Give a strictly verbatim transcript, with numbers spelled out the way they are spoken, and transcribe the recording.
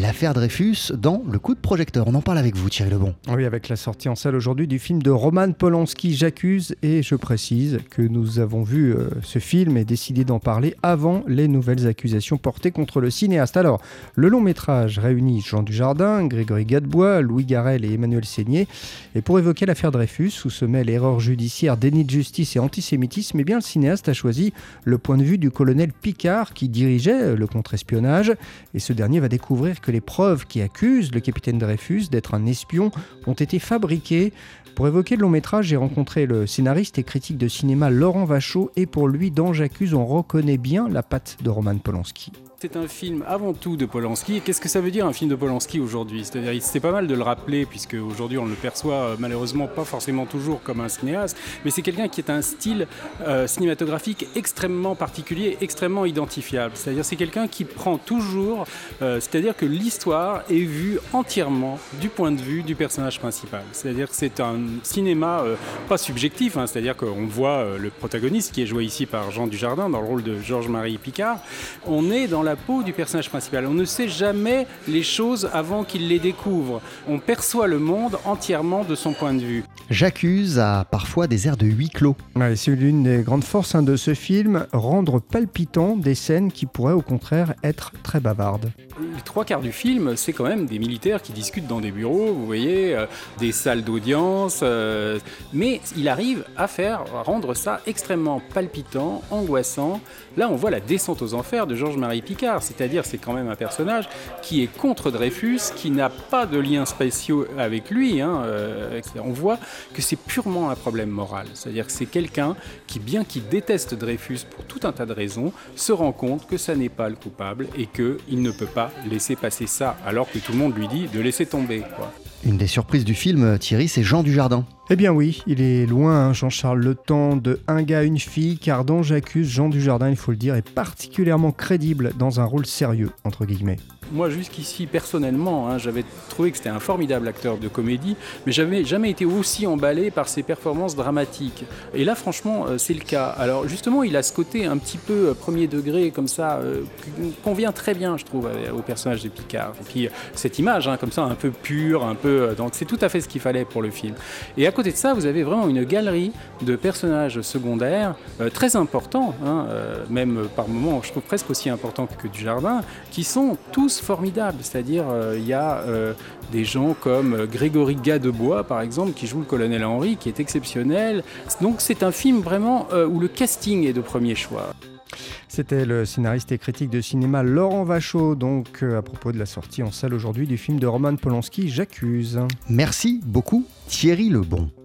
l'affaire Dreyfus dans le coup de projecteur. On en parle avec vous, Thierry Lebon. Oui, avec la sortie en salle aujourd'hui du film de Roman Polanski, J'accuse, et je précise que nous avons vu euh, ce film et décidé d'en parler avant les nouvelles accusations portées contre le cinéaste. Alors, le long métrage réunit Jean Dujardin, Grégory Gadebois, Louis Garrel et Emmanuel Seigner. Et pour évoquer l'affaire Dreyfus, où se mêlent erreur judiciaire, déni de justice et antisémitisme, eh bien, le cinéaste a choisi le point de vue du colonel Picard qui dirigeait le contre-espionnage. Et ce dernier va découvrir que les preuves qui accusent le capitaine Dreyfus d'être un espion ont été fabriquées. Pour évoquer le long métrage, j'ai rencontré le scénariste et critique de cinéma Laurent Vachaud, et pour lui, dans J'accuse, on reconnaît bien la patte de Roman Polanski. C'est un film avant tout de Polanski. Et qu'est-ce que ça veut dire un film de Polanski aujourd'hui ? C'est-à-dire, c'est pas mal de le rappeler, puisque aujourd'hui on le perçoit malheureusement pas forcément toujours comme un cinéaste, mais c'est quelqu'un qui est un style euh, cinématographique extrêmement particulier, extrêmement identifiable. C'est-à-dire, c'est quelqu'un qui prend toujours, euh, c'est-à-dire que l'histoire est vue entièrement du point de vue du personnage principal. C'est-à-dire que c'est un cinéma euh, pas subjectif, hein, c'est-à-dire qu'on voit euh, le protagoniste qui est joué ici par Jean Dujardin dans le rôle de Georges-Marie Picard. On est dans la peau du personnage principal. On ne sait jamais les choses avant qu'il les découvre. On perçoit le monde entièrement de son point de vue. J'accuse a parfois des airs de huis clos. Ouais, c'est l'une des grandes forces hein, de ce film, rendre palpitant des scènes qui pourraient au contraire être très bavardes. Les trois quarts du film, c'est quand même des militaires qui discutent dans des bureaux, vous voyez, euh, des salles d'audience, euh, mais il arrive à faire, à rendre ça extrêmement palpitant, angoissant. Là, on voit la descente aux enfers de Georges-Marie Picard, c'est-à-dire c'est quand même un personnage qui est contre Dreyfus, qui n'a pas de liens spéciaux avec lui. Hein, euh, on voit que c'est purement un problème moral, c'est-à-dire que c'est quelqu'un qui, bien qu'il déteste Dreyfus pour tout un tas de raisons, se rend compte que ça n'est pas le coupable et qu'il ne peut pas laisser passer ça, alors que tout le monde lui dit de laisser tomber, quoi. Une des surprises du film, Thierry, c'est Jean Dujardin. Eh bien oui, il est loin, hein, Jean-Charles Le Temps, de Un gars, une fille, car dans J'accuse, Jean Dujardin, il faut le dire, est particulièrement crédible dans un rôle sérieux, entre guillemets. Moi, jusqu'ici, personnellement, hein, j'avais trouvé que c'était un formidable acteur de comédie, mais j'avais jamais été aussi emballé par ses performances dramatiques. Et là, franchement, c'est le cas. Alors, justement, il a ce côté un petit peu premier degré, comme ça, euh, qui convient très bien, je trouve, au personnage de Picard. Et puis, cette image, hein, comme ça, un peu pure, un peu... Donc, c'est tout à fait ce qu'il fallait pour le film. Et à côté de ça, vous avez vraiment une galerie de personnages secondaires euh, très importants, hein, euh, même par moments, je trouve presque aussi importants que Dujardin, qui sont tous formidables. C'est-à-dire, il euh, y a euh, des gens comme euh, Grégory Gadebois, par exemple, qui joue le colonel Henry, qui est exceptionnel. Donc, c'est un film vraiment euh, où le casting est de premier choix. C'était le scénariste et critique de cinéma Laurent Vachaud, donc euh, à propos de la sortie en salle aujourd'hui du film de Roman Polanski, J'accuse. Merci beaucoup, Thierry Lebon.